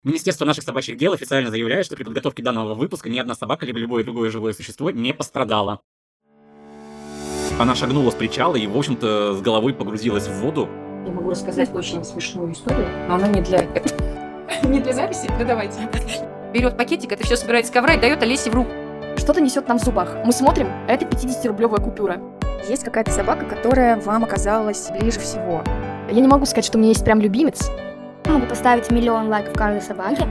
Министерство наших собачьих дел официально заявляет, что при подготовке данного выпуска ни одна собака либо любое другое живое существо не пострадало. Она шагнула с причала и, в общем-то, с головой погрузилась в воду. Я могу рассказать очень смешную историю, но она не для записи. Ну давайте. Берет пакетик, это все собирает с ковра и дает Олесе в руку. Что-то несет нам в зубах. Мы смотрим, а это 50-рублевая купюра. Есть какая-то собака, которая вам оказалась ближе всего. Я не могу сказать, что у меня есть прям любимец. Могу поставить 1 000 000 лайков каждой собаке.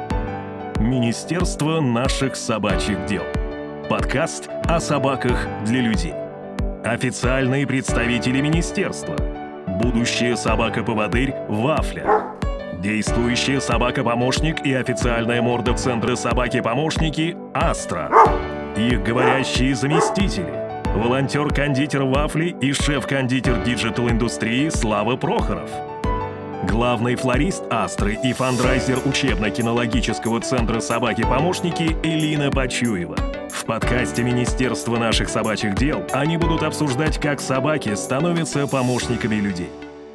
Министерство наших собачьих дел. Подкаст о собаках для людей. Официальные представители министерства. Будущая собака-поводырь Вафля. Действующая собака-помощник и официальная морда Центра собаки-помощники Астра. Их говорящие заместители. Волонтер-кондитер Вафли и шеф-кондитер диджитал-индустрии Слава Прохоров. Главный флорист Астры и фандрайзер учебно-кинологического центра собаки-помощники Элина Почуева. В подкасте Министерства наших собачьих дел они будут обсуждать, как собаки становятся помощниками людей.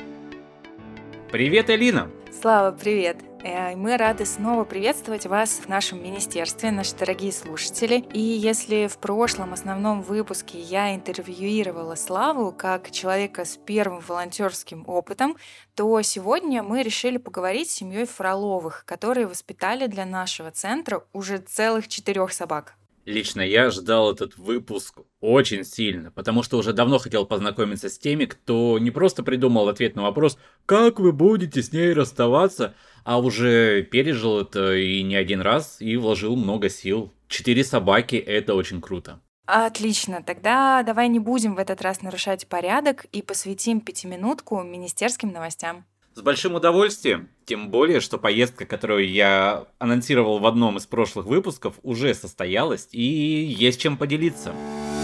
Привет, Элина! Слава, привет! Мы рады снова приветствовать вас в нашем министерстве, наши дорогие слушатели. И если в прошлом основном выпуске я интервьюировала Славу как человека с первым волонтерским опытом, то сегодня мы решили поговорить с семьей Фроловых, которые воспитали для нашего центра уже целых 4 собак. Лично я ждал этот выпуск очень сильно, потому что уже давно хотел познакомиться с теми, кто не просто придумал ответ на вопрос «Как вы будете с ней расставаться?», а уже пережил это и не один раз, и вложил много сил. 4 собаки – это очень круто. Отлично, тогда давай не будем в этот раз нарушать порядок и посвятим 5-минутку министерским новостям. С большим удовольствием, тем более, что поездка, которую я анонсировал в одном из прошлых выпусков, уже состоялась и есть чем поделиться.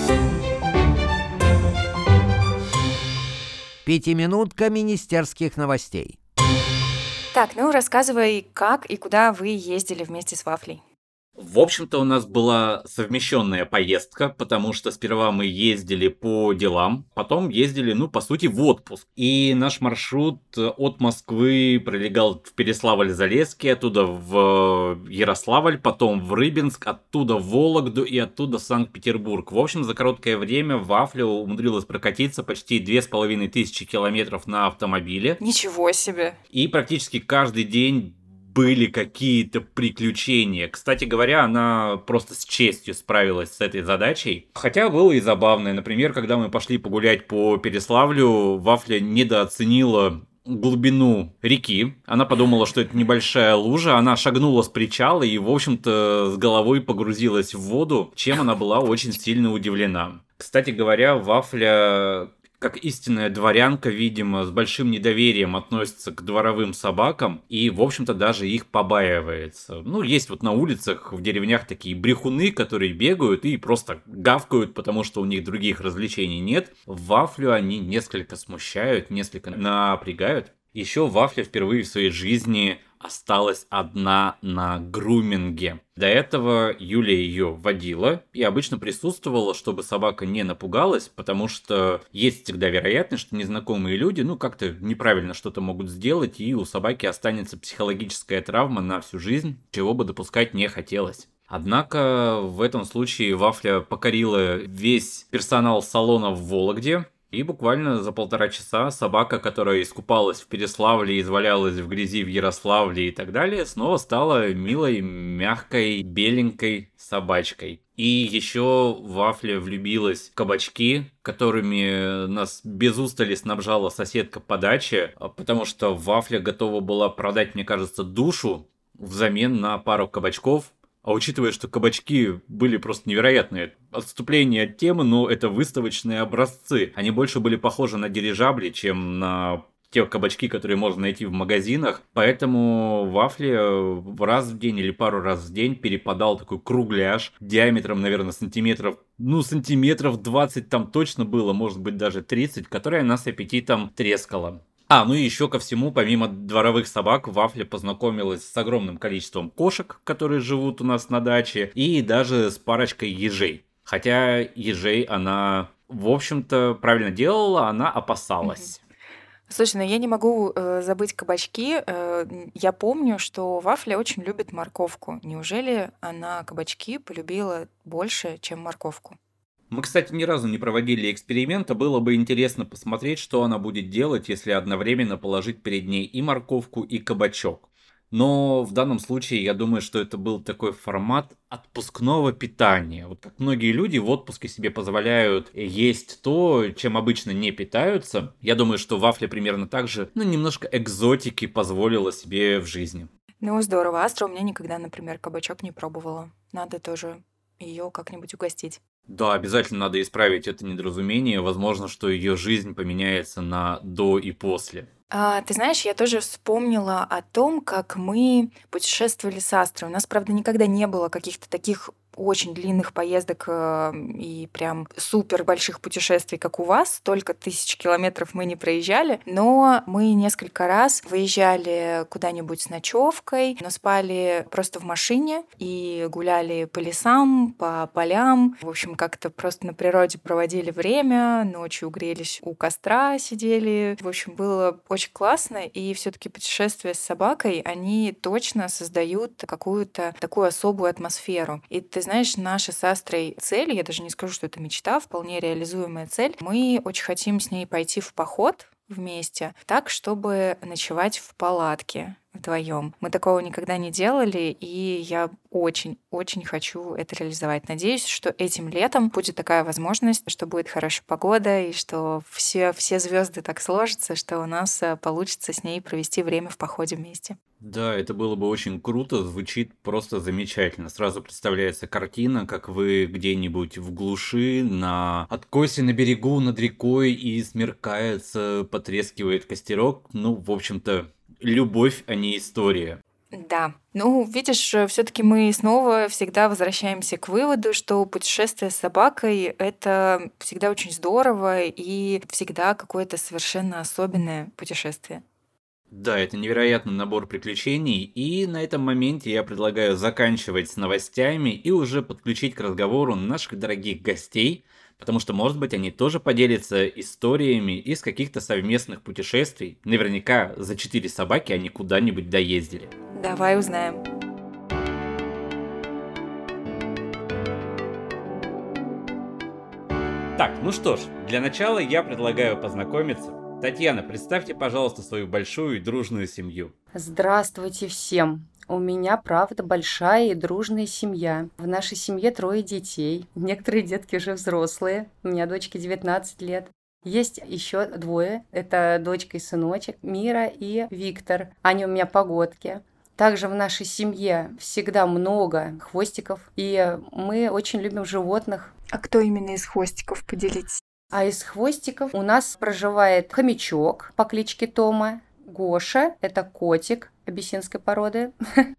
Пятиминутка министерских новостей. Так, рассказывай, как и куда вы ездили вместе с Вафлей. В общем-то, у нас была совмещенная поездка, потому что сперва мы ездили по делам, потом ездили, по сути, в отпуск. И наш маршрут от Москвы пролегал в Переславль-Залесский, оттуда в Ярославль, потом в Рыбинск, оттуда в Вологду и оттуда в Санкт-Петербург. В общем, за короткое время Вафля умудрилась прокатиться почти 2500 километров на автомобиле. Ничего себе! И практически каждый день были какие-то приключения. Кстати говоря, она просто с честью справилась с этой задачей. Хотя было и забавное. Например, когда мы пошли погулять по Переславлю, Вафля недооценила глубину реки. Она подумала, что это небольшая лужа. Она шагнула с причала и, в общем-то, с головой погрузилась в воду, чем она была очень сильно удивлена. Кстати говоря, Вафля, как истинная дворянка, видимо, с большим недоверием относится к дворовым собакам и, в общем-то, даже их побаивается. Есть на улицах, в деревнях такие брехуны, которые бегают и просто гавкают, потому что у них других развлечений нет. Вафлю они несколько смущают, несколько напрягают. Еще Вафля впервые в своей жизни осталась одна на груминге. До этого Юля ее водила и обычно присутствовала, чтобы собака не напугалась, потому что есть всегда вероятность, что незнакомые люди, как-то неправильно что-то могут сделать, и у собаки останется психологическая травма на всю жизнь, чего бы допускать не хотелось. Однако в этом случае Вафля покорила весь персонал салона в Вологде. И буквально за 1,5 часа собака, которая искупалась в Переславле, извалялась в грязи в Ярославле и так далее, снова стала милой, мягкой, беленькой собачкой. И еще Вафля влюбилась в кабачки, которыми нас без устали снабжала соседка по даче, потому что Вафля готова была продать, мне кажется, душу взамен на пару кабачков. А учитывая, что кабачки были просто невероятные, отступление от темы, но это выставочные образцы. Они больше были похожи на дирижабли, чем на те кабачки, которые можно найти в магазинах. Поэтому Вафле раз в день или пару раз в день перепадал такой кругляш диаметром, наверное, сантиметров 20 там точно было, может быть даже 30, которая она с аппетитом трескала. И еще ко всему, помимо дворовых собак, Вафля познакомилась с огромным количеством кошек, которые живут у нас на даче, и даже с парочкой ежей. Хотя ежей она, в общем-то, правильно делала, она опасалась. Слушай, ну я не могу забыть кабачки. Я помню, что Вафля очень любит морковку. Неужели она кабачки полюбила больше, чем морковку? Мы, кстати, ни разу не проводили эксперимента, было бы интересно посмотреть, что она будет делать, если одновременно положить перед ней и морковку, и кабачок. Но в данном случае я думаю, что это был такой формат отпускного питания. Вот как многие люди в отпуске себе позволяют есть то, чем обычно не питаются. Я думаю, что Вафля примерно так же, немножко экзотики позволила себе в жизни. Ну, здорово. Астра у меня никогда, например, кабачок не пробовала. Надо тоже ее как-нибудь угостить. Да, обязательно надо исправить это недоразумение. Возможно, что ее жизнь поменяется на до и после. Ты знаешь, я тоже вспомнила о том, как мы путешествовали с Астрой. У нас, правда, никогда не было каких-то таких очень длинных поездок и прям супер больших путешествий, как у вас. Столько тысяч километров мы не проезжали, но мы несколько раз выезжали куда-нибудь с ночевкой, но спали просто в машине и гуляли по лесам, по полям. В общем, как-то просто на природе проводили время, ночью грелись у костра, сидели. В общем, было очень классно, и все-таки путешествия с собакой, они точно создают какую-то такую особую атмосферу. И ты знаешь, наша с Астрой цель, я даже не скажу, что это мечта, вполне реализуемая цель. Мы очень хотим с ней пойти в поход вместе, так, чтобы ночевать в палатке вдвоем. Мы такого никогда не делали, и я очень-очень хочу это реализовать. Надеюсь, что этим летом будет такая возможность, что будет хорошая погода, и что все звезды так сложатся, что у нас получится с ней провести время в походе вместе. Да, это было бы очень круто, звучит просто замечательно. Сразу представляется картина, как вы где-нибудь в глуши, на откосе на берегу над рекой, и смеркается, потрескивает костерок. В общем-то, любовь, а не история. Да. Видишь, все-таки мы снова всегда возвращаемся к выводу, что путешествие с собакой — это всегда очень здорово и всегда какое-то совершенно особенное путешествие. Да, это невероятный набор приключений, и на этом моменте я предлагаю заканчивать с новостями и уже подключить к разговору наших дорогих гостей, потому что, может быть, они тоже поделятся историями из каких-то совместных путешествий. Наверняка за 4 собаки они куда-нибудь доездили. Давай узнаем. Так, что ж, для начала я предлагаю познакомиться. Татьяна, представьте, пожалуйста, свою большую и дружную семью. Здравствуйте всем! У меня, правда, большая и дружная семья. В нашей семье 3 детей. Некоторые детки уже взрослые. У меня дочке 19 лет. Есть еще 2. Это дочка и сыночек, Мира и Виктор. Они у меня погодки. Также в нашей семье всегда много хвостиков. И мы очень любим животных. А кто именно из хвостиков, поделитесь? А из хвостиков у нас проживает хомячок по кличке Тома, Гоша, это котик абиссинской породы,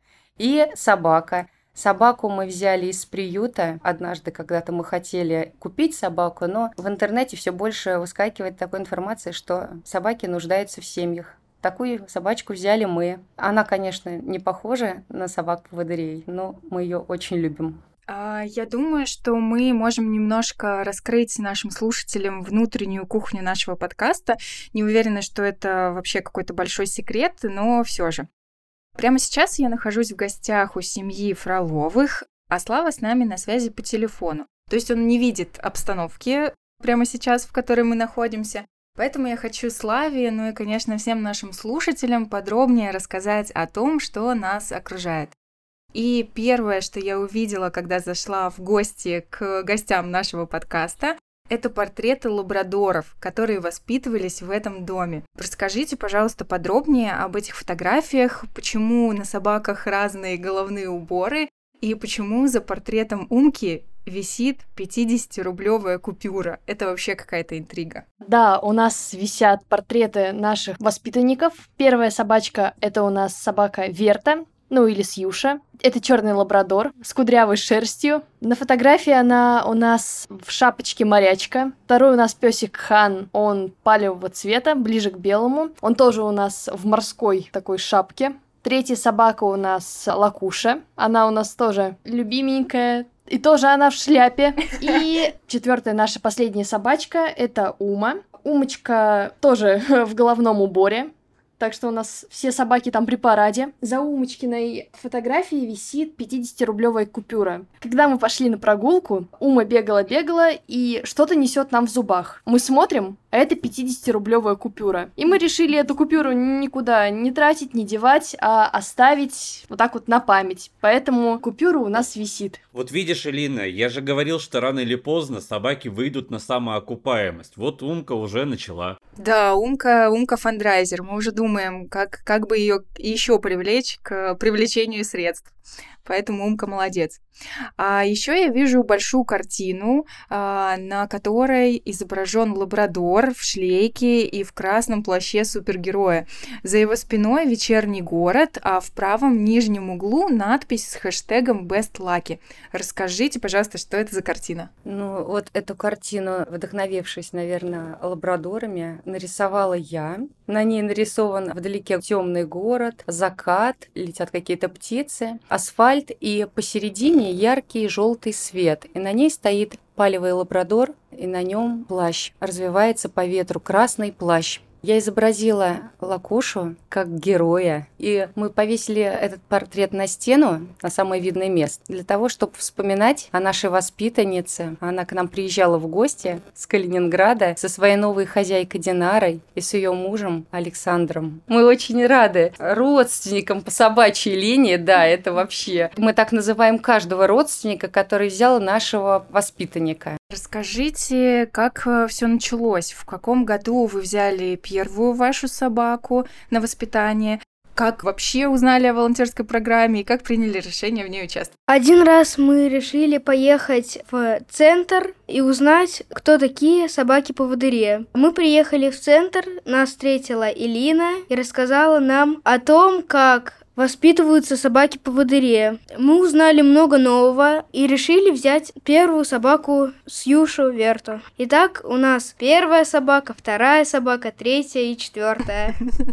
и собака. Собаку мы взяли из приюта. Однажды когда-то мы хотели купить собаку, но в интернете все больше выскакивает такой информации, что собаки нуждаются в семьях. Такую собачку взяли мы. Она, конечно, не похожа на собак-поводырей, но мы ее очень любим. Я думаю, что мы можем немножко раскрыть нашим слушателям внутреннюю кухню нашего подкаста. Не уверена, что это вообще какой-то большой секрет, но все же. Прямо сейчас я нахожусь в гостях у семьи Фроловых, а Слава с нами на связи по телефону. То есть он не видит обстановки прямо сейчас, в которой мы находимся. Поэтому я хочу Славе, и, конечно, всем нашим слушателям подробнее рассказать о том, что нас окружает. И первое, что я увидела, когда зашла в гости к гостям нашего подкаста, это портреты лабрадоров, которые воспитывались в этом доме. Расскажите, пожалуйста, подробнее об этих фотографиях, почему на собаках разные головные уборы и почему за портретом Умки висит 50-рублевая купюра. Это вообще какая-то интрига. Да, у нас висят портреты наших воспитанников. Первая собачка — это у нас собака Верта, или Сьюша. Это черный лабрадор с кудрявой шерстью. На фотографии она у нас в шапочке морячка. Второй у нас песик Хан, он палевого цвета, ближе к белому. Он тоже у нас в морской такой шапке. Третья собака у нас Лакуша. Она у нас тоже любименькая. И тоже она в шляпе. И 4-я наша последняя собачка — это Ума. Умочка тоже в головном уборе. Так что у нас все собаки там при параде. За Умочкиной фотографией висит 50-рублевая купюра. Когда мы пошли на прогулку, Ума бегала-бегала и что-то несет нам в зубах. Мы смотрим, а это 50-рублевая купюра. И мы решили эту купюру никуда не тратить, не девать, а оставить вот так вот на память. Поэтому купюра у нас висит. Вот видишь, Элина, я же говорил, что рано или поздно собаки выйдут на самоокупаемость. Вот Умка уже начала. Да, Умка фандрайзер. Мы уже думаем, как бы ее еще привлечь к привлечению средств. Поэтому Умка молодец. А еще я вижу большую картину, на которой изображен лабрадор в шлейке и в красном плаще супергероя. За его спиной вечерний город, а в правом нижнем углу надпись с хэштегом Best Lucky. Расскажите, пожалуйста, что это за картина? Ну, вот эту картину, вдохновившись, наверное, лабрадорами, нарисовала я. На ней нарисован вдалеке темный город, закат, летят какие-то птицы, асфальт, и посередине яркий желтый свет. И на ней стоит палевый лабрадор, и на нем плащ. Развивается по ветру красный плащ. Я изобразила Лакушу как героя, и мы повесили этот портрет на стену, на самое видное место, для того, чтобы вспоминать о нашей воспитаннице. Она к нам приезжала в гости с Калининграда со своей новой хозяйкой Динарой и с ее мужем Александром. Мы очень рады родственникам по собачьей линии, да, это вообще. Мы так называем каждого родственника, который взял нашего воспитанника. Расскажите, как все началось? В каком году вы взяли первую вашу собаку на воспитание? Как вообще узнали о волонтерской программе и как приняли решение в ней участвовать? Один раз мы решили поехать в центр и узнать, кто такие собаки-поводыри. Мы приехали в центр, нас встретила Элина и рассказала нам о том, как воспитываются собаки-поводыри. Мы узнали много нового и решили взять первую собаку Сьюшу Верту. Итак, у нас первая собака, вторая собака, третья и четвертая.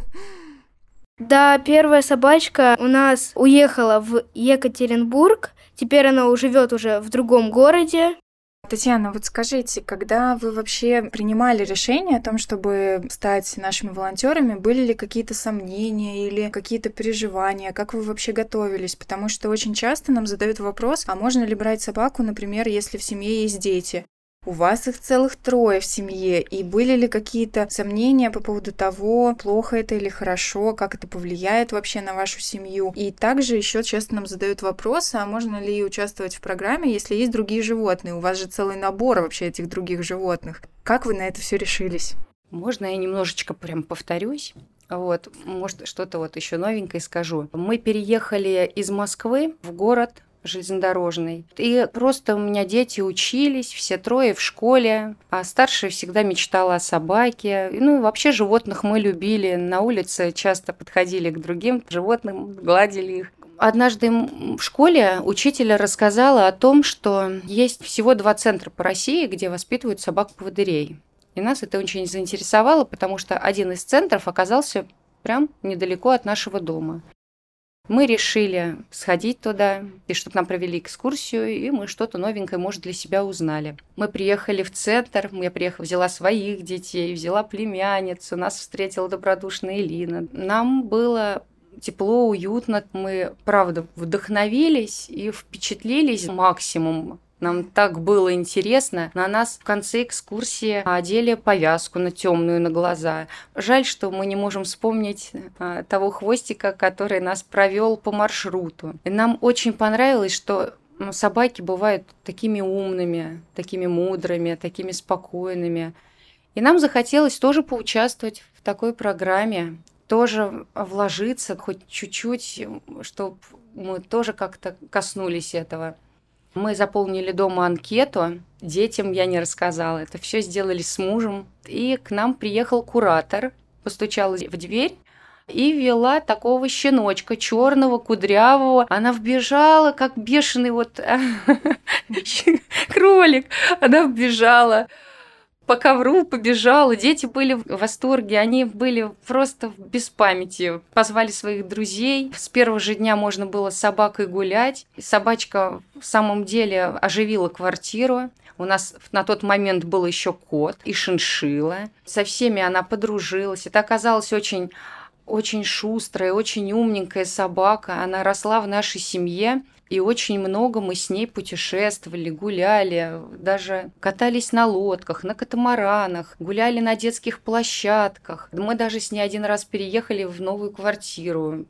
Да, первая собачка у нас уехала в Екатеринбург. Теперь она живет уже в другом городе. Татьяна, вот скажите, когда вы вообще принимали решение о том, чтобы стать нашими волонтерами, были ли какие-то сомнения или какие-то переживания? Как вы вообще готовились? Потому что очень часто нам задают вопрос, а можно ли брать собаку, например, если в семье есть дети? У вас их целых 3 в семье, и были ли какие-то сомнения по поводу того, плохо это или хорошо, как это повлияет вообще на вашу семью? И также еще часто нам задают вопрос, а можно ли участвовать в программе, если есть другие животные? У вас же целый набор вообще этих других животных. Как вы на это все решились? Можно я немножечко прям повторюсь? Вот, может, что-то вот еще новенькое скажу. Мы переехали из Москвы в город железнодорожный. И просто у меня дети учились, все 3 в школе, а старшая всегда мечтала о собаке. Ну, вообще животных мы любили. На улице часто подходили к другим животным, гладили их. Однажды в школе учитель рассказала о том, что есть всего 2 центра по России, где воспитывают собак-поводырей. И нас это очень заинтересовало, потому что один из центров оказался прям недалеко от нашего дома. Мы решили сходить туда, и чтобы нам провели экскурсию, и мы что-то новенькое, может, для себя узнали. Мы приехали в центр, взяла своих детей, взяла племянницу, нас встретила добродушная Элина. Нам было тепло, уютно, мы, правда, вдохновились и впечатлились максимум. Нам так было интересно. На нас в конце экскурсии одели повязку темную на глаза. Жаль, что мы не можем вспомнить того хвостика, который нас провел по маршруту. И нам очень понравилось, что собаки бывают такими умными, такими мудрыми, такими спокойными. И нам захотелось тоже поучаствовать в такой программе, тоже вложиться хоть чуть-чуть, чтобы мы тоже как-то коснулись этого. Мы заполнили дома анкету, детям я не рассказала, это все сделали с мужем. И к нам приехал куратор, постучала в дверь и вела такого щеночка, черного, кудрявого. Она вбежала, как бешеный кролик. Она вбежала. по ковру побежала. Дети были в восторге, они были просто без памяти. Позвали своих друзей. С первого же дня можно было с собакой гулять. Собачка в самом деле оживила квартиру. У нас на тот момент был еще кот и шиншилла. Со всеми она подружилась. Это оказалась очень, очень шустрая, очень умненькая собака. Она росла в нашей семье. И очень много мы с ней путешествовали, гуляли, даже катались на лодках, на катамаранах, гуляли на детских площадках. Мы даже с ней один раз переехали в новую квартиру.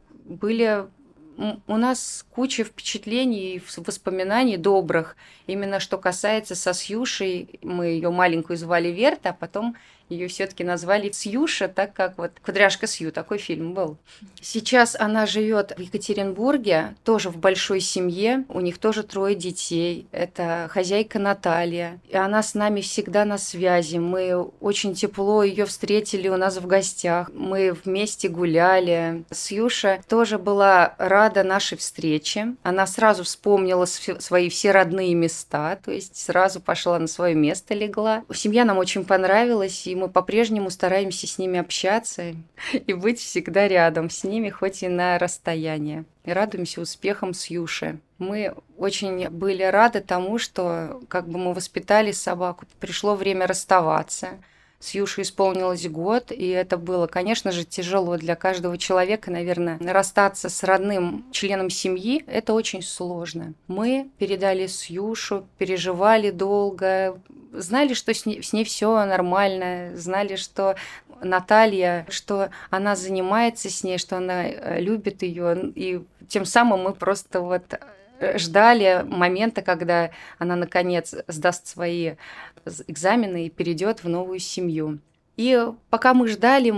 У нас куча впечатлений и воспоминаний добрых. Именно что касается со Сьюшей, мы ее маленькую звали Верта, а потом ее все-таки назвали Сьюша, так как вот «Кудряшка Сью», такой фильм был. Сейчас она живет в Екатеринбурге, тоже в большой семье. У них тоже 3 детей. Это хозяйка Наталья. И она с нами всегда на связи. Мы очень тепло ее встретили у нас в гостях. Мы вместе гуляли. Сьюша тоже была рада нашей встрече. Она сразу вспомнила свои все родные места, то есть сразу пошла на свое место, легла. Семья нам очень понравилась, и мы по-прежнему стараемся с ними общаться и быть всегда рядом с ними, хоть и на расстоянии. И радуемся успехам Сьюши. Мы очень были рады тому, что как бы мы воспитали собаку. Пришло время расставаться. Сьюше исполнилось год, и это было, конечно же, тяжело для каждого человека, наверное, расстаться с родным членом семьи. Это очень сложно. Мы передали Сьюшу, переживали долго, знали, что с ней все нормально, знали, что Наталья, что она занимается с ней, что она любит ее, и тем самым мы просто вот ждали момента, когда она наконец сдаст свои экзамены и перейдет в новую семью. И пока мы ждали,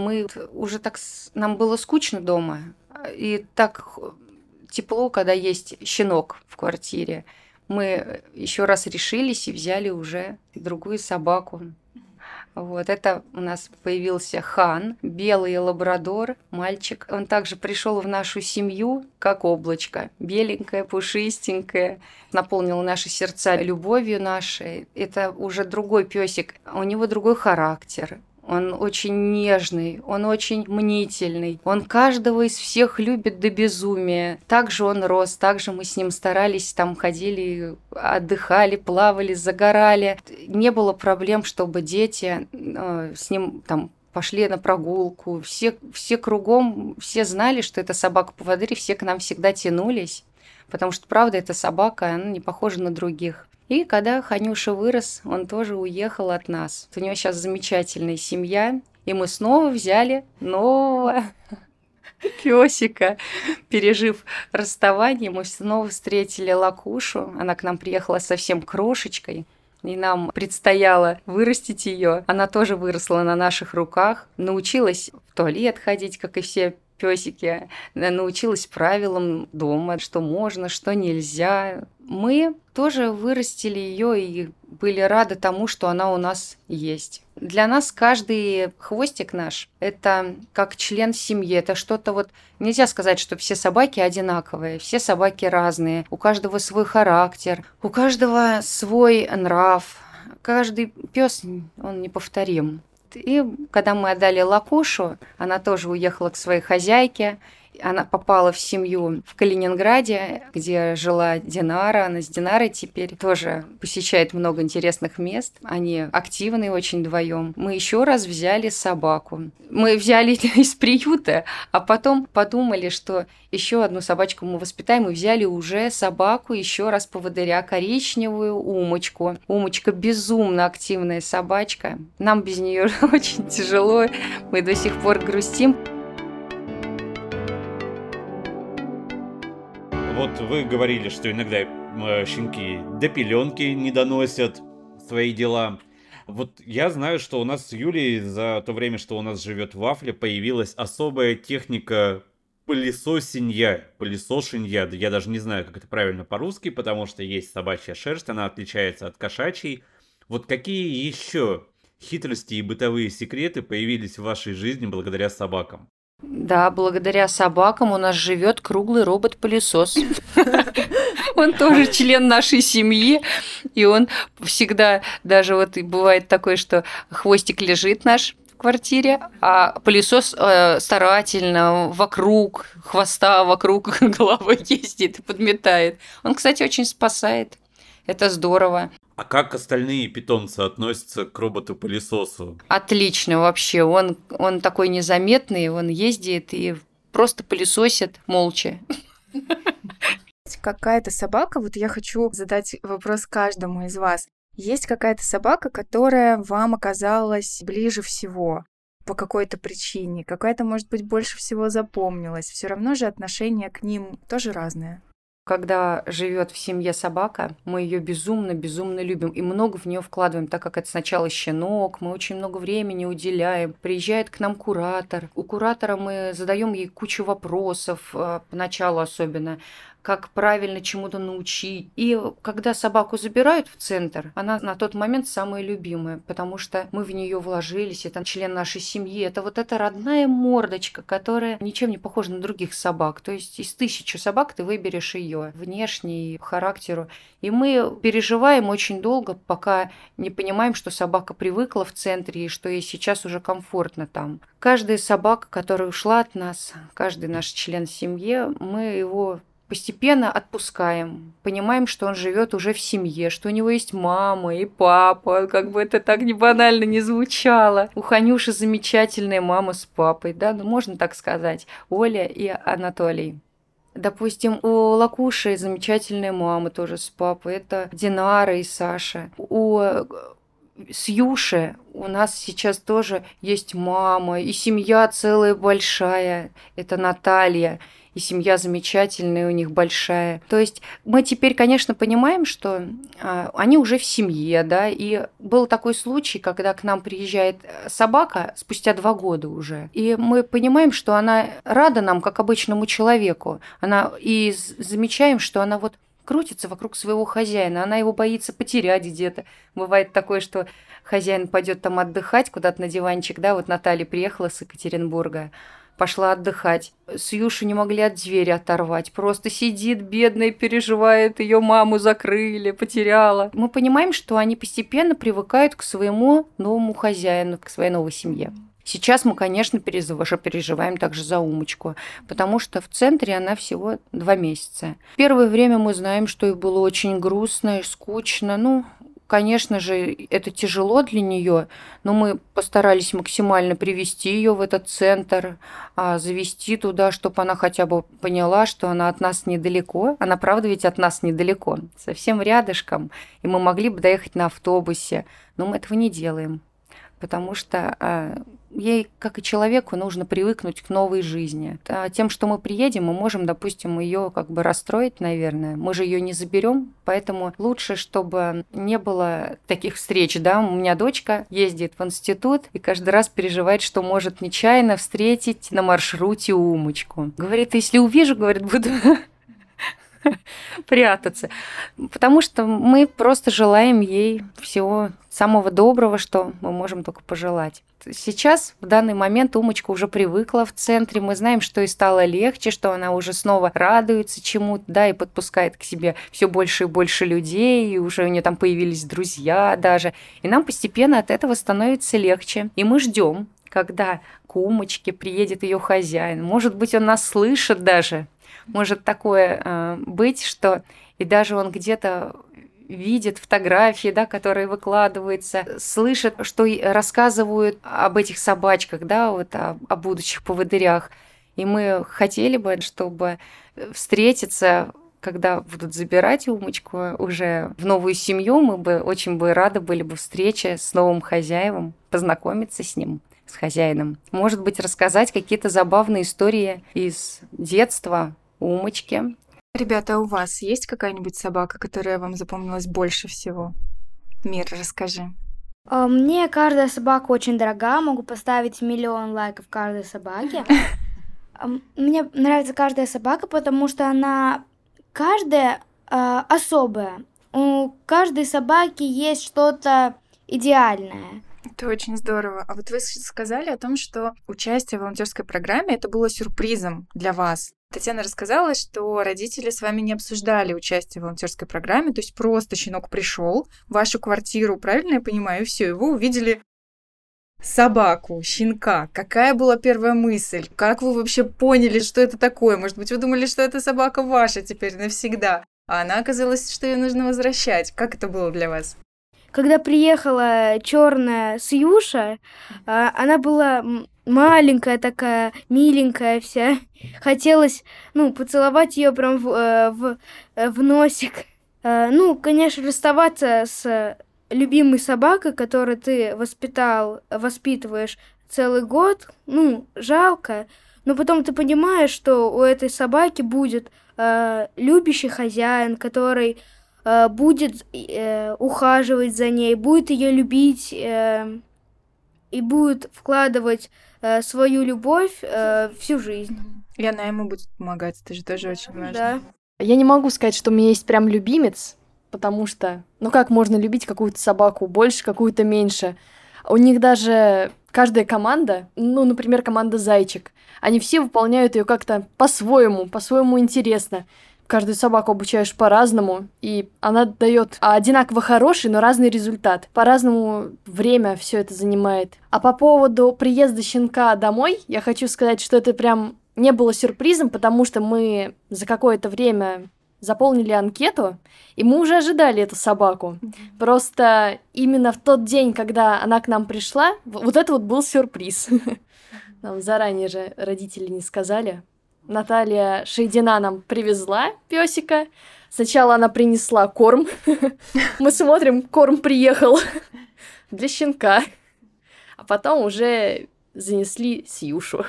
нам было скучно дома, и так тепло, когда есть щенок в квартире. Мы еще раз решились и взяли уже другую собаку. Вот это у нас появился Хан, белый лабрадор, мальчик. Он также пришел в нашу семью, как облачко, беленькое, пушистенькое, наполнил наши сердца любовью нашей. Это уже другой песик, у него другой характер. Он очень нежный, он очень мнительный. Он каждого из всех любит до безумия. Также он рос, также мы с ним старались, там ходили, отдыхали, плавали, загорали. Не было проблем, чтобы дети с ним там пошли на прогулку. Все кругом, все знали, что это собака-поводырь, и все к нам всегда тянулись. Потому что, правда, эта собака, она не похожа на других. И когда Ханюша вырос, он тоже уехал от нас. У него сейчас замечательная семья, и мы снова взяли нового песика. Пережив расставание, мы снова встретили Лакушу. Она к нам приехала совсем крошечкой, и нам предстояло вырастить ее. Она тоже выросла на наших руках, научилась в туалет ходить, как и все песики, научилась правилам дома, что можно, что нельзя. Мы тоже вырастили ее и были рады тому, что она у нас есть. Для нас каждый хвостик наш – это как член семьи, это что-то вот… Нельзя сказать, что все собаки одинаковые, все собаки разные, у каждого свой характер, у каждого свой нрав, каждый пес, он неповторим. И когда мы отдали Лакушу, она тоже уехала к своей хозяйке. Она попала в семью в Калининграде, где жила Динара. Она с Динарой теперь тоже посещает много интересных мест. Они активны очень вдвоем. Мы еще раз взяли собаку. Мы взяли из приюта, а потом подумали, что еще одну собачку мы воспитаем, и взяли уже собаку, еще раз поводыря, коричневую Умочку. Умочка безумно активная собачка. Нам без нее очень тяжело. Мы до сих пор грустим. Вот вы говорили, что иногда щенки до пеленки не доносят свои дела. Вот я знаю, что у нас с Юлей за то время, что у нас живет Вафля, появилась особая техника пылесосенья. Я даже не знаю, как это правильно по-русски, потому что есть собачья шерсть, она отличается от кошачьей. Вот какие еще хитрости и бытовые секреты появились в вашей жизни благодаря собакам? Да, благодаря собакам у нас живет круглый робот-пылесос. Он тоже член нашей семьи, и он всегда, даже вот бывает такое, что хвостик лежит наш в квартире, а пылесос старательно вокруг хвоста, вокруг головы ездит и подметает. Он, кстати, очень спасает. Это здорово. А как остальные питомцы относятся к роботу-пылесосу? Отлично вообще. Он такой незаметный, он ездит и просто пылесосит молча. Какая-то собака, вот я хочу задать вопрос каждому из вас. Есть какая-то собака, которая вам оказалась ближе всего по какой-то причине? Какая-то, может быть, больше всего запомнилась? Все равно же отношение к ним тоже разное. Когда живет в семье собака, мы ее безумно любим и много в нее вкладываем, так как это сначала щенок, мы очень много времени уделяем. Приезжает к нам куратор. У куратора мы задаем ей кучу вопросов, поначалу особенно, как правильно чему-то научить. И когда собаку забирают в центр, она на тот момент самая любимая, потому что мы в нее вложились, это член нашей семьи, это вот эта родная мордочка, которая ничем не похожа на других собак. То есть из 1000 собак ты выберешь ее внешне и по характеру. И мы переживаем очень долго, пока не понимаем, что собака привыкла в центре и что ей сейчас уже комфортно там. Каждая собака, которая ушла от нас, каждый наш член семьи, мы его постепенно отпускаем, понимаем, что он живет уже в семье, что у него есть мама и папа, как бы это так не банально не звучало. У Ханюши замечательная мама с папой, да, ну можно так сказать, Оля и Анатолий. Допустим, у Лакуши замечательная мама тоже с папой, это Динара и Саша. С Юши у нас сейчас тоже есть мама и семья целая большая, это Наталья. И семья замечательная у них большая. То есть мы теперь, конечно, понимаем, что они уже в семье, да, и был такой случай, когда к нам приезжает собака спустя 2 года уже, и мы понимаем, что она рада нам, как обычному человеку, и замечаем, что она вот крутится вокруг своего хозяина, она его боится потерять где-то. Бывает такое, что хозяин пойдет там отдыхать куда-то на диванчик, да, вот Наталья приехала с Екатеринбурга, пошла отдыхать. Сьюшу не могли от двери оторвать. Просто сидит, бедная, переживает, ее маму закрыли, потеряла. Мы понимаем, что они постепенно привыкают к своему новому хозяину, к своей новой семье. Сейчас мы, конечно, переживаем также за Умочку, потому что в центре она всего 2 месяца. Первое время мы знаем, что ей было очень грустно и скучно. Конечно же, это тяжело для нее, но мы постарались максимально привести ее в этот центр, завести туда, чтобы она хотя бы поняла, что она от нас недалеко. Она, правда, ведь от нас недалеко, совсем рядышком, и мы могли бы доехать на автобусе, но мы этого не делаем, потому что ей, как и человеку, нужно привыкнуть к новой жизни. Тем, что мы приедем, мы можем, допустим, ее как бы расстроить, наверное. Мы же ее не заберем, поэтому лучше, чтобы не было таких встреч, да. У меня дочка ездит в институт и каждый раз переживает, что может нечаянно встретить на маршруте Умочку. Говорит, если увижу, говорит, буду прятаться. Потому что мы просто желаем ей всего самого доброго, что мы можем только пожелать. Сейчас, в данный момент, Умочка уже привыкла в центре. Мы знаем, что ей стало легче, что она уже снова радуется чему-то, да, и подпускает к себе все больше и больше людей, и уже у нее там появились друзья даже. И нам постепенно от этого становится легче. И мы ждем, когда к Умочке приедет ее хозяин. Может быть, он нас слышит даже. Может такое быть, что и даже он где-то видит фотографии, да, которые выкладываются, слышит, что рассказывают об этих собачках, да, вот о будущих поводырях. И мы хотели бы, чтобы встретиться, когда будут забирать Умочку уже в новую семью, мы бы очень рады были бы встрече с новым хозяевом, познакомиться с ним, с хозяином. Может быть, рассказать какие-то забавные истории из детства Умочки. Ребята, а у вас есть какая-нибудь собака, которая вам запомнилась больше всего? Мир, расскажи. Мне каждая собака очень дорога, могу поставить 1 000 000 лайков каждой собаке. Мне нравится каждая собака, потому что она каждая особая. У каждой собаки есть что-то идеальное. Это очень здорово. А вот вы сказали о том, что участие в волонтерской программе это было сюрпризом для вас. Татьяна рассказала, что родители с вами не обсуждали участие в волонтерской программе, то есть просто щенок пришел в вашу квартиру, правильно я понимаю, и все, и вы увидели собаку, щенка. Какая была первая мысль? Как вы вообще поняли, что это такое? Может быть, вы думали, что эта собака ваша теперь навсегда, а она оказалась, что ее нужно возвращать. Как это было для вас? Когда приехала черная Сьюша, она была маленькая такая, миленькая вся. Хотелось, поцеловать ее прям в носик. Конечно, расставаться с любимой собакой, которую ты воспитываешь целый год, жалко. Но потом ты понимаешь, что у этой собаки будет любящий хозяин, который будет ухаживать за ней, будет ее любить и будет вкладывать свою любовь всю жизнь. И она ему будет помогать, это же тоже очень важно. Да. Я не могу сказать, что у меня есть прям любимец, потому что, как можно любить какую-то собаку больше, какую-то меньше? У них даже каждая команда, например, команда «Зайчик», они все выполняют ее как-то по-своему интересно. Каждую собаку обучаешь по-разному, и она дает одинаково хороший, но разный результат. По-разному время все это занимает. А по поводу приезда щенка домой, я хочу сказать, что это прям не было сюрпризом, потому что мы за какое-то время заполнили анкету, и мы уже ожидали эту собаку. Просто именно в тот день, когда она к нам пришла, вот это вот был сюрприз. Нам заранее же родители не сказали. Наталья Шейдина нам привезла пёсика. Сначала она принесла корм. Мы смотрим, корм приехал для щенка. А потом уже занесли Сьюшу.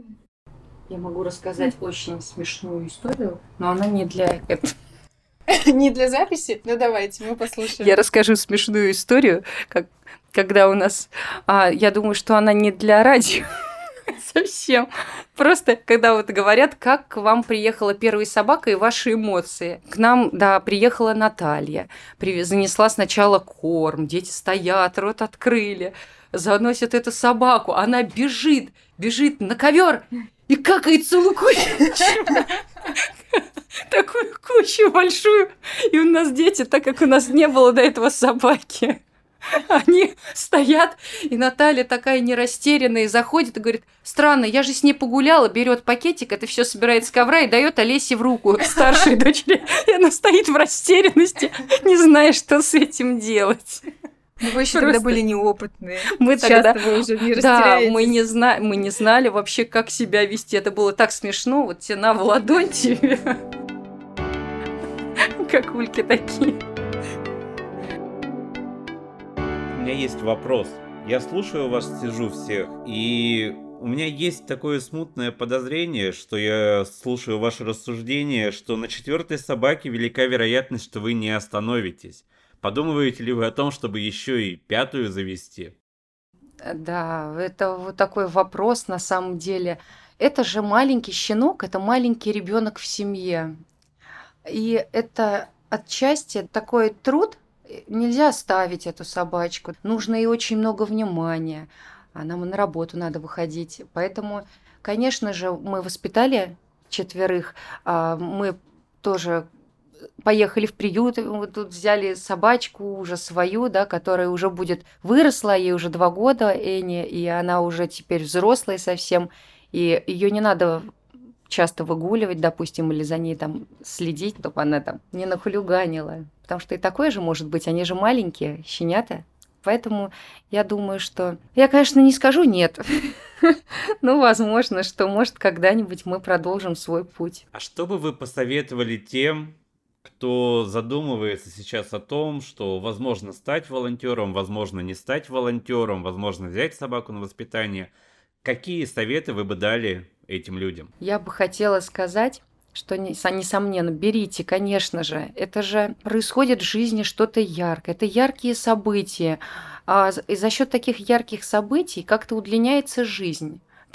Я могу рассказать очень смешную историю, но она не для этого. Не для записи? Ну давайте, мы послушаем. Я расскажу смешную историю, когда у нас... я думаю, что она не для радио. Совсем. Просто, когда вот говорят, как к вам приехала первая собака и ваши эмоции. К нам, приехала Наталья. Занесла сначала корм, дети стоят, рот открыли, заносят эту собаку. Она бежит на ковер и какает целую кучу. Такую кучу большую. И у нас дети, так как у нас не было до этого собаки, они стоят, и Наталья такая нерастерянная заходит и говорит: странно, я же с ней погуляла, берет пакетик, это все собирает с ковра и дает Олесе в руку, старшей дочери. И она стоит в растерянности, не зная, что с этим делать. Вы еще тогда были неопытные. Мы тогда вы уже не растеряетесь. мы не знали вообще, как себя вести. Это было так смешно. Вот тяна в ладонь тебе. Как ульки такие. У меня есть вопрос. Я слушаю вас, сижу всех, и у меня есть такое смутное подозрение, что я слушаю ваши рассуждения, что на 4-й собаке велика вероятность, что вы не остановитесь. Подумываете ли вы о том, чтобы еще и 5-ю завести? Да, это вот такой вопрос на самом деле. Это же маленький щенок, это маленький ребенок в семье. И это отчасти такой труд. Нельзя ставить эту собачку. Нужно ей очень много внимания. А нам и на работу надо выходить. Поэтому, конечно же, мы воспитали 4. Мы тоже поехали в приют. Мы тут взяли собачку уже свою, которая уже выросла. Ей уже 2 года, Эни. И она уже теперь взрослая совсем. И ее не надо часто выгуливать, допустим, или за ней следить, чтобы она не нахулиганила. Потому что и такое же может быть, они же маленькие, щенята. Поэтому я думаю, что... Я, конечно, не скажу нет, но возможно, что, может, когда-нибудь мы продолжим свой путь. А что бы вы посоветовали тем, кто задумывается сейчас о том, что возможно стать волонтером, возможно не стать волонтером, возможно взять собаку на воспитание? Какие советы вы бы дали этим людям? Я бы хотела сказать, что, несомненно, берите, конечно же. Это же происходит в жизни что-то яркое. Это яркие события. И за счет таких ярких событий как-то удлиняется жизнь. Так вот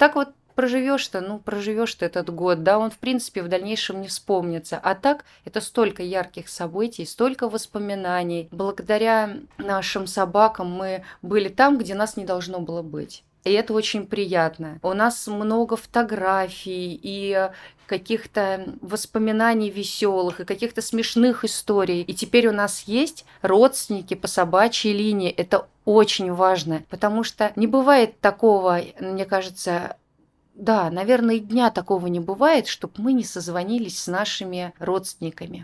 проживешь ты этот год, да, он, в принципе, в дальнейшем не вспомнится. А так, это столько ярких событий, столько воспоминаний. Благодаря нашим собакам мы были там, где нас не должно было быть. И это очень приятно. У нас много фотографий и каких-то воспоминаний веселых, и каких-то смешных историй. И теперь у нас есть родственники по собачьей линии. Это очень важно, потому что не бывает такого, мне кажется, да, наверное, и дня такого не бывает, чтобы мы не созвонились с нашими родственниками.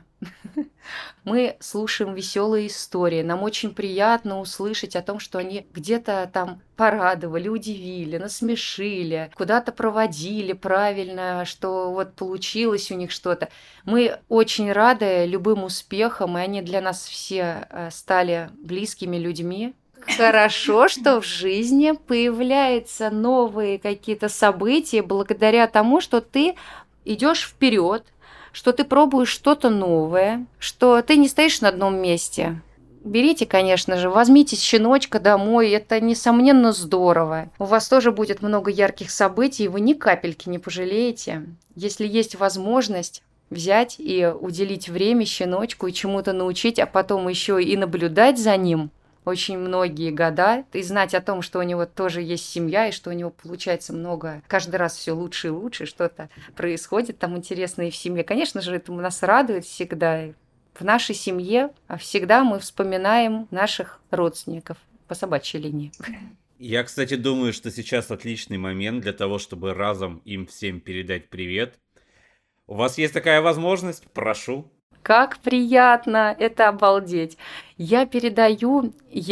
Мы слушаем веселые истории. Нам очень приятно услышать о том, что они где-то там порадовали, удивили, насмешили, куда-то проводили правильно, что вот получилось у них что-то. Мы очень рады любым успехам, и они для нас все стали близкими людьми. Хорошо, что в жизни появляются новые какие-то события благодаря тому, что ты идешь вперед, что ты пробуешь что-то новое, что ты не стоишь на одном месте. Берите, конечно же, возьмите щеночка домой, это, несомненно, здорово. У вас тоже будет много ярких событий, и вы ни капельки не пожалеете. Если есть возможность взять и уделить время щеночку и чему-то научить, а потом еще и наблюдать за ним очень многие года, и знать о том, что у него тоже есть семья, и что у него получается много, каждый раз все лучше и лучше, что-то происходит там интересное в семье. Конечно же, это нас радует всегда. В нашей семье всегда мы вспоминаем наших родственников по собачьей линии. Я, кстати, думаю, что сейчас отличный момент для того, чтобы разом им всем передать привет. У вас есть такая возможность? Прошу. Как приятно, это обалдеть. Я передаю,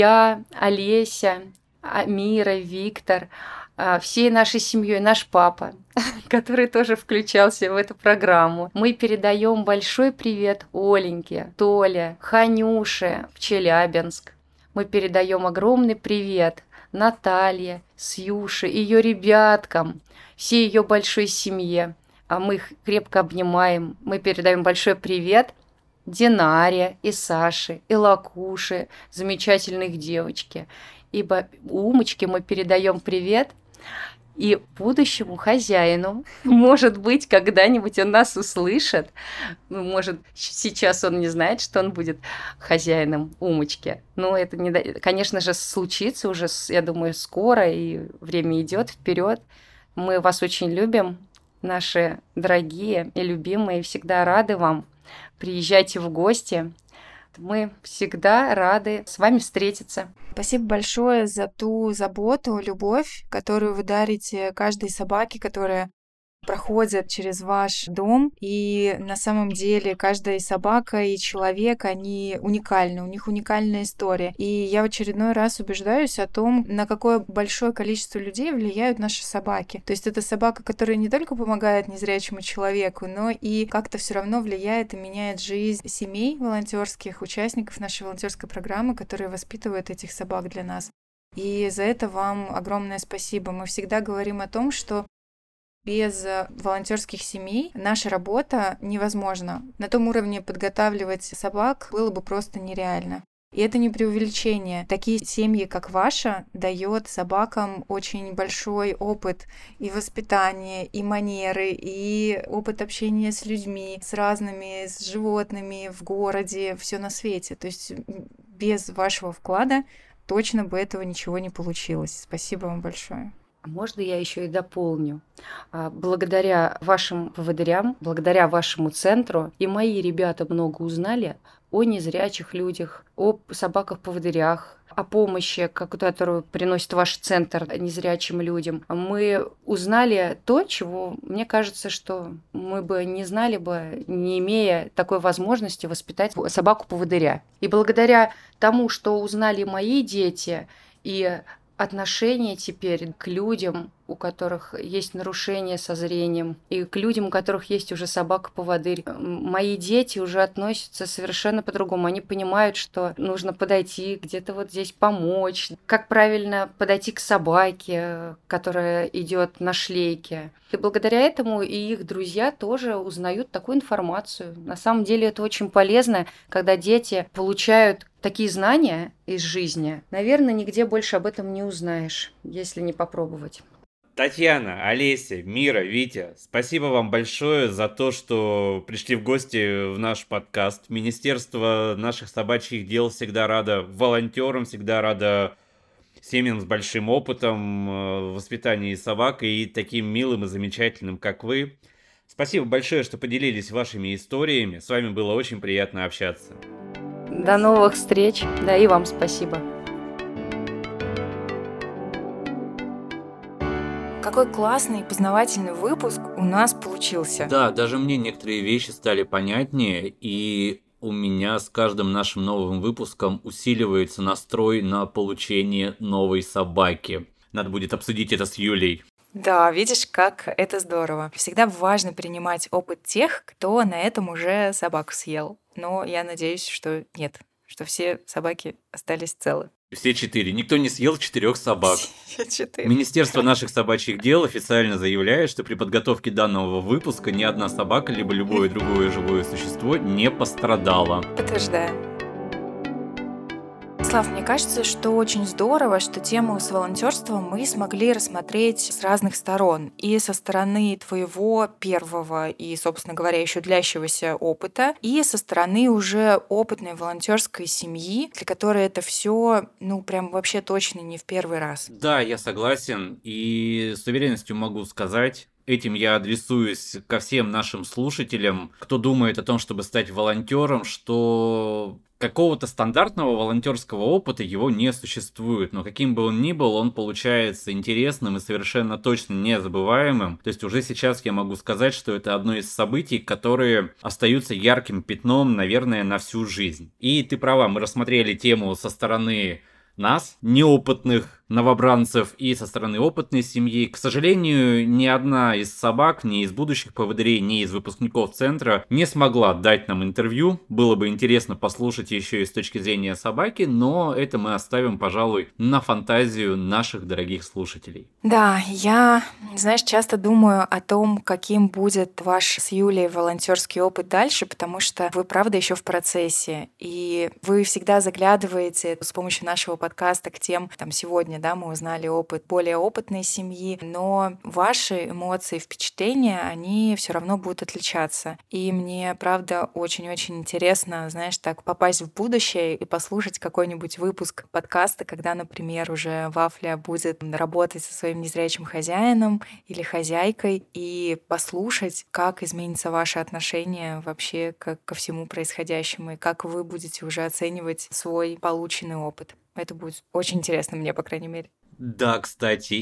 Олеся, Амира, Виктор, всей нашей семьей, наш папа, который тоже включался в эту программу. Мы передаем большой привет Оленьке, Толе, Ханюше в Челябинск. Мы передаем огромный привет Наталье, Сьюше, ее ребяткам, всей ее большой семье. А мы их крепко обнимаем. Мы передаем большой привет Динаре и Саше, и Лакуше, замечательных девочки. Ибо Умочке мы передаем привет и будущему хозяину. Может быть, когда-нибудь он нас услышит. Может, сейчас он не знает, что он будет хозяином Умочки. Но это, конечно же, случится уже, я думаю, скоро, и время идет вперед. Мы вас очень любим, наши дорогие и любимые, всегда рады вам. Приезжайте в гости. Мы всегда рады с вами встретиться. Спасибо большое за ту заботу, любовь, которую вы дарите каждой собаке, которая проходят через ваш дом. И на самом деле каждая собака и человек, они уникальны, у них уникальная история. И я в очередной раз убеждаюсь о том, на какое большое количество людей влияют наши собаки. То есть это собака, которая не только помогает незрячему человеку, но и как-то все равно влияет и меняет жизнь семей волонтерских, участников нашей волонтерской программы, которые воспитывают этих собак для нас. И за это вам огромное спасибо. Мы всегда говорим о том, что без волонтерских семей наша работа невозможна. На том уровне подготавливать собак было бы просто нереально. И это не преувеличение. Такие семьи, как ваша, дает собакам очень большой опыт и воспитания, и манеры, и опыт общения с людьми, с разными, с животными в городе, все на свете. То есть без вашего вклада точно бы этого ничего не получилось. Спасибо вам большое. Можно я еще и дополню? Благодаря вашим поводырям, благодаря вашему центру, и мои ребята много узнали о незрячих людях, о собаках-поводырях, о помощи, которую приносит ваш центр незрячим людям. Мы узнали то, чего, мне кажется, что мы бы не знали бы, не имея такой возможности воспитать собаку-поводыря. И благодаря тому, что узнали мои дети, и отношение теперь к людям, у которых есть нарушения со зрением, и к людям, у которых есть уже собака-поводырь. Мои дети уже относятся совершенно по-другому. Они понимают, что нужно подойти, где-то вот здесь помочь, как правильно подойти к собаке, которая идет на шлейке. И благодаря этому и их друзья тоже узнают такую информацию. На самом деле это очень полезно, когда дети получают такие знания из жизни. Наверное, нигде больше об этом не узнаешь, если не попробовать. Татьяна, Олеся, Мира, Витя, спасибо вам большое за то, что пришли в гости в наш подкаст. Министерство наших собачьих дел всегда радо волонтерам, всегда радо семьям с большим опытом в воспитании собак и таким милым и замечательным, как вы. Спасибо большое, что поделились вашими историями. С вами было очень приятно общаться. До новых встреч. Да, и вам спасибо. Какой классный и познавательный выпуск у нас получился. Да, даже мне некоторые вещи стали понятнее, и у меня с каждым нашим новым выпуском усиливается настрой на получение новой собаки. Надо будет обсудить это с Юлей. Да, видишь, как это здорово. Всегда важно принимать опыт тех, кто на этом уже собаку съел. Но я надеюсь, что нет, что все собаки остались целы. Все 4. Никто не съел 4 собак. Все 4. Министерство наших собачьих дел официально заявляет, что при подготовке данного выпуска ни одна собака, либо любое другое живое существо не пострадало. Подтверждаю. Слав, мне кажется, что очень здорово, что тему с волонтерством мы смогли рассмотреть с разных сторон. И со стороны твоего первого и, собственно говоря, еще длящегося опыта, и со стороны уже опытной волонтерской семьи, для которой это все, прям вообще точно не в первый раз. Да, я согласен, и с уверенностью могу сказать, этим я адресуюсь ко всем нашим слушателям, кто думает о том, чтобы стать волонтером, что какого-то стандартного волонтерского опыта его не существует, но каким бы он ни был, он получается интересным и совершенно точно незабываемым. То есть уже сейчас я могу сказать, что это одно из событий, которые остаются ярким пятном, наверное, на всю жизнь. И ты права, мы рассмотрели тему со стороны нас, неопытных новобранцев, и со стороны опытной семьи. К сожалению, ни одна из собак, ни из будущих поводырей, ни из выпускников центра не смогла дать нам интервью. Было бы интересно послушать еще и с точки зрения собаки, но это мы оставим, пожалуй, на фантазию наших дорогих слушателей. Да, я, часто думаю о том, каким будет ваш с Юлей волонтерский опыт дальше, потому что вы, правда, еще в процессе, и вы всегда заглядываете с помощью нашего подкаста к тем, сегодня, мы узнали опыт более опытной семьи, но ваши эмоции, впечатления, они все равно будут отличаться. И мне, правда, очень-очень интересно, попасть в будущее и послушать какой-нибудь выпуск подкаста, когда, например, уже Вафля будет работать со своим незрячим хозяином или хозяйкой, и послушать, как изменится ваше отношение вообще ко всему происходящему, и как вы будете уже оценивать свой полученный опыт. Это будет очень интересно мне, по крайней мере. Да, кстати,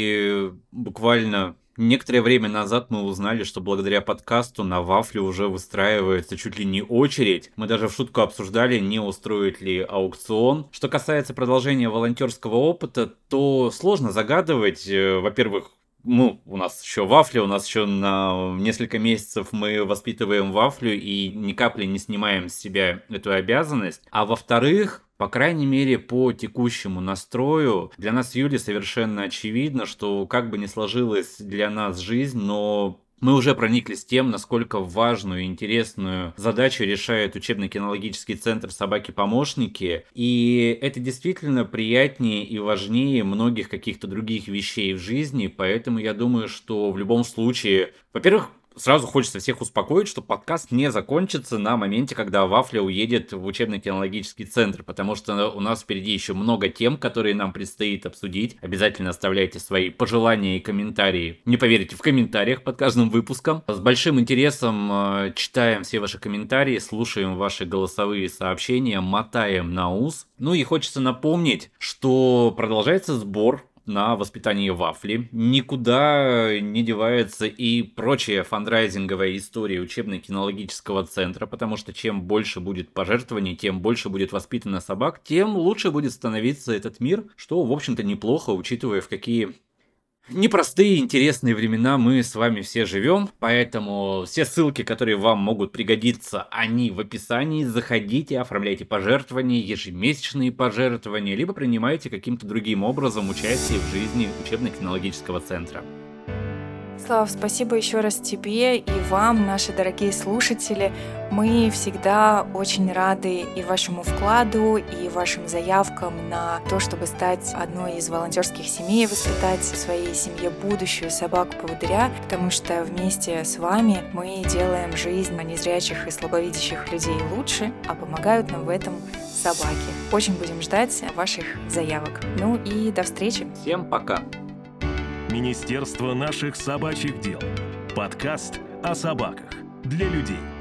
и буквально некоторое время назад мы узнали, что благодаря подкасту на Вафлю уже выстраивается чуть ли не очередь. Мы даже в шутку обсуждали, не устроить ли аукцион. Что касается продолжения волонтерского опыта, то сложно загадывать. Во-первых, у нас еще Вафля, у нас еще на несколько месяцев мы воспитываем Вафлю и ни капли не снимаем с себя эту обязанность. А во-вторых, по крайней мере, по текущему настрою, для нас с Юлей совершенно очевидно, что как бы ни сложилась для нас жизнь, но мы уже прониклись тем, насколько важную и интересную задачу решает учебно-кинологический центр «Собаки-помощники». И это действительно приятнее и важнее многих каких-то других вещей в жизни. Поэтому я думаю, что в любом случае, во-первых, сразу хочется всех успокоить, что подкаст не закончится на моменте, когда Вафля уедет в учебно-кинологический центр, потому что у нас впереди еще много тем, которые нам предстоит обсудить. Обязательно оставляйте свои пожелания и комментарии. Не поверите, в комментариях под каждым выпуском. С большим интересом читаем все ваши комментарии, слушаем ваши голосовые сообщения, мотаем на ус. И хочется напомнить, что продолжается сбор на воспитание Вафли. Никуда не девается и прочая фандрайзинговая история учебно-кинологического центра, потому что чем больше будет пожертвований, тем больше будет воспитано собак, тем лучше будет становиться этот мир, что, в общем-то, неплохо, учитывая, в какие непростые, интересные времена мы с вами все живем, поэтому все ссылки, которые вам могут пригодиться, они в описании. Заходите, оформляйте пожертвования, ежемесячные пожертвования, либо принимайте каким-то другим образом участие в жизни учебно-кинологического центра. Ярослав, спасибо еще раз тебе и вам, наши дорогие слушатели. Мы всегда очень рады и вашему вкладу, и вашим заявкам на то, чтобы стать одной из волонтерских семей, воспитать в своей семье будущую собаку-поводыря, потому что вместе с вами мы делаем жизнь незрячих и слабовидящих людей лучше, а помогают нам в этом собаки. Очень будем ждать ваших заявок. Ну и до встречи. Всем пока. Министерство наших собачьих дел. Подкаст о собаках для людей.